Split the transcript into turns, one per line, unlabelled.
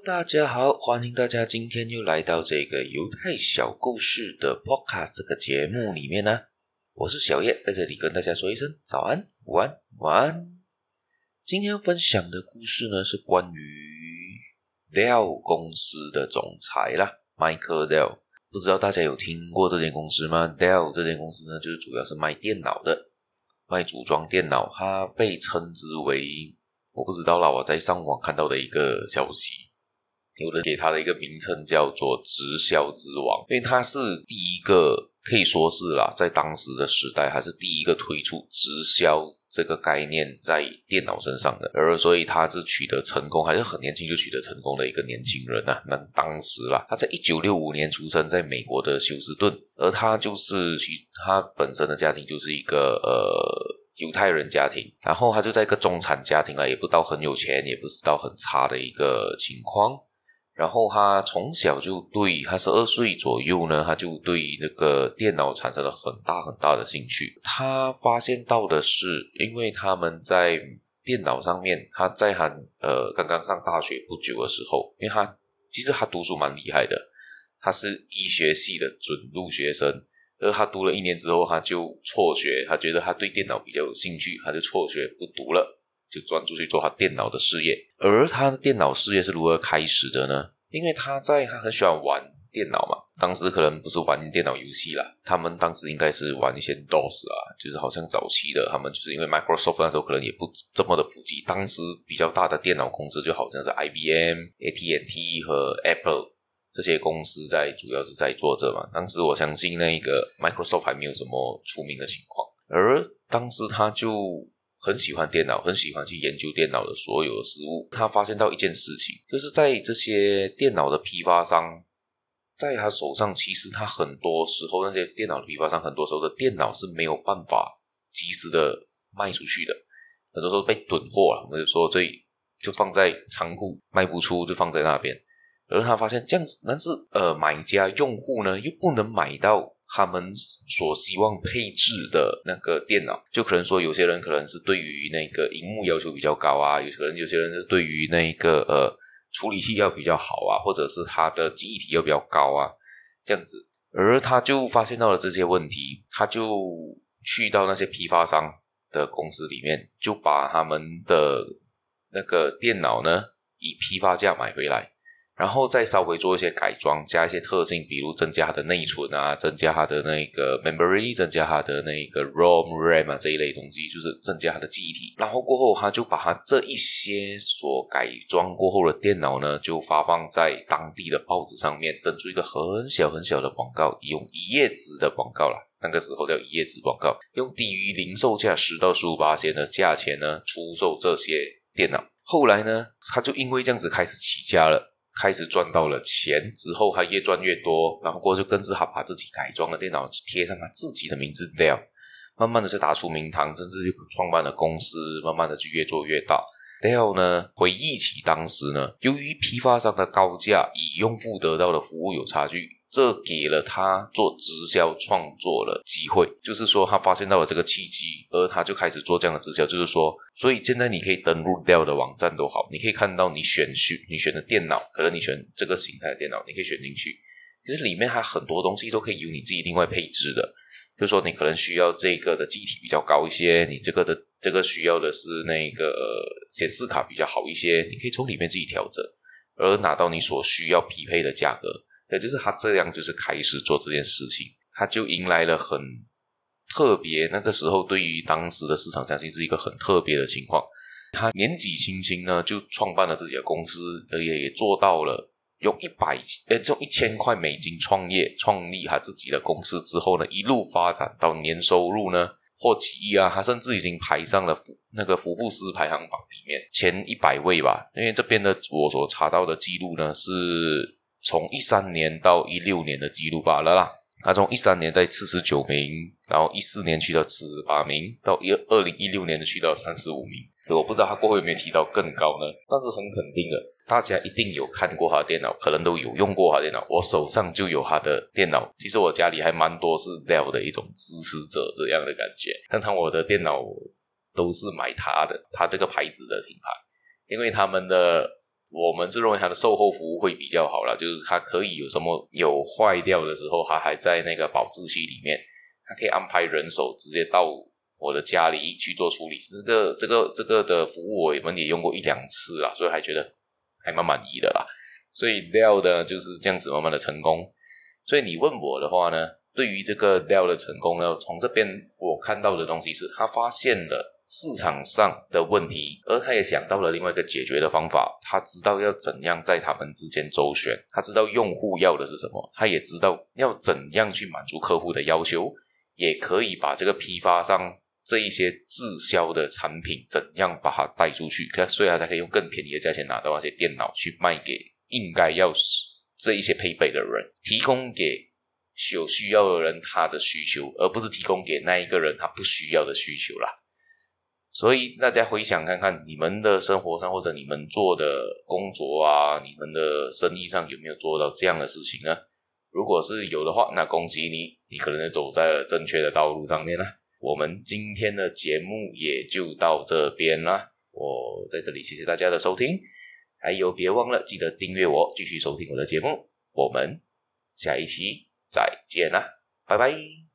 大家好，欢迎大家今天又来到这个犹太小故事的 Podcast 这个节目里面呢。我是小叶，在这里跟大家说一声早安、午安、晚安。今天要分享的故事呢是关于 Dell 公司的总裁啦 Michael Dell。不知道大家有听过这间公司吗？ Dell 这间公司呢就是主要是卖电脑的，卖组装电脑，它被称之为，我不知道啦，我在上网看到的一个消息，有人给他的一个名称叫做直销之王，因为他是第一个，可以说是啦，在当时的时代还是第一个推出直销这个概念在电脑身上的，而所以他是取得成功，还是很年轻就取得成功的一个年轻人啊。那当时啦，他在1965年出生在美国的休斯顿，而他本身的家庭就是一个犹太人家庭，然后他就在一个中产家庭啦，也不到很有钱，也不是到很差的一个情况。然后他从小就他12岁左右呢，他就对那个电脑产生了很大的兴趣。他发现到的是，因为他们在电脑上面，他在刚刚上大学不久的时候，因为其实他读书蛮厉害的，他是医学系的准入学生，而他读了1年之后他就辍学，他觉得他对电脑比较有兴趣，他就辍学不读了，就专注去做他电脑的事业。而他的电脑事业是如何开始的呢？因为他很喜欢玩电脑嘛，当时可能不是玩电脑游戏啦，他们当时应该是玩一些 DOS 啊，就是好像早期的，他们就是因为 Microsoft 那时候可能也不这么的普及，当时比较大的电脑公司就好像是 IBM、AT&T 和 Apple 这些公司主要是在做这嘛。当时我相信那个 Microsoft 还没有什么出名的情况，而当时他就很喜欢电脑，很喜欢去研究电脑的所有的事物。他发现到一件事情，就是在这些电脑的批发商，在他手上，其实他很多时候那些电脑的批发商，很多时候的电脑是没有办法及时的卖出去的，很多时候被囤货了，我们就说就放在仓库卖不出，就放在那边。而他发现这样子，但是买家用户呢又不能买到他们所希望配置的那个电脑，就可能说有些人可能是对于那个萤幕要求比较高啊，有些人是对于那个处理器要比较好啊，或者是他的记忆体要比较高啊，这样子。而他就发现到了这些问题，他就去到那些批发商的公司里面，就把他们的那个电脑呢以批发价买回来，然后再稍微做一些改装，加一些特性，比如增加它的内存啊，增加它的那个 memory， 增加它的那个 RAM 啊，这一类东西，就是增加它的记忆体。然后过后他就把它这一些所改装过后的电脑呢，就发放在当地的报纸上面，登出一个很小的广告，用1页纸的广告啦，那个时候叫1页纸广告，用低于零售价10到15%的价钱呢出售这些电脑。后来呢，他就因为这样子开始起家了，开始赚到了钱之后，他越赚越多，然后过后就更是他把自己改装的电脑贴上他自己的名字 Dell， 慢慢的是打出名堂，甚至就创办了公司，慢慢的就越做越大。Dell 呢回忆起当时呢，由于批发商的高价与用户得到的服务有差距，这给了他做直销创作的机会，就是说他发现到了这个契机，而他就开始做这样的直销，就是说，所以现在你可以登录 Dell 的网站都好，你可以看到你选的电脑，可能你选这个形态的电脑，你可以选进去，其实里面它很多东西都可以由你自己另外配置的，就是说你可能需要这个的记忆体比较高一些，你这个需要的是那个显示卡比较好一些，你可以从里面自己调整，而拿到你所需要匹配的价格。也就是他这样就是开始做这件事情，他就迎来了很特别，那个时候对于当时的市场相信是一个很特别的情况。他年纪轻轻呢就创办了自己的公司，而也做到了用1000块美金创立他自己的公司之后呢，一路发展到年收入呢破几亿啊，他甚至已经排上了那个福布斯排行榜里面前100位吧。因为这边的我所查到的记录呢是从13年到16年的记录罢了啦。他从13年在49名，然后14年去到48名，到2016年的去到35名。我不知道他过后有没有提到更高呢，但是很肯定的，大家一定有看过他的电脑，可能都有用过他的电脑，我手上就有他的电脑，其实我家里还蛮多是 Dell 的一种支持者这样的感觉。通常我的电脑都是买他这个牌子的品牌，因为他们的我们是认为它的售后服务会比较好啦，就是它可以有什么有坏掉的时候，它还在那个保质期里面，它可以安排人手直接到我的家里去做处理。这个的服务我们也用过1-2次啦，所以还觉得还蛮满意的啦。所以 Dell 呢就是这样子慢慢的成功。所以你问我的话呢，对于这个 Dell 的成功呢，从这边我看到的东西是他发现了市场上的问题，而他也想到了另外一个解决的方法。他知道要怎样在他们之间周旋，他知道用户要的是什么，他也知道要怎样去满足客户的要求，也可以把这个批发商这一些滞销的产品怎样把它带出去，所以他才可以用更便宜的价钱拿到那些电脑去卖给应该要这一些配备的人，提供给有需要的人他的需求，而不是提供给那一个人他不需要的需求啦。所以大家回想看看，你们的生活上或者你们做的工作啊，你们的生意上有没有做到这样的事情呢？如果是有的话，那恭喜你，你可能就走在了正确的道路上面啦。我们今天的节目也就到这边啦，我在这里谢谢大家的收听，还有别忘了记得订阅我，继续收听我的节目，我们下一期再见啦，拜拜。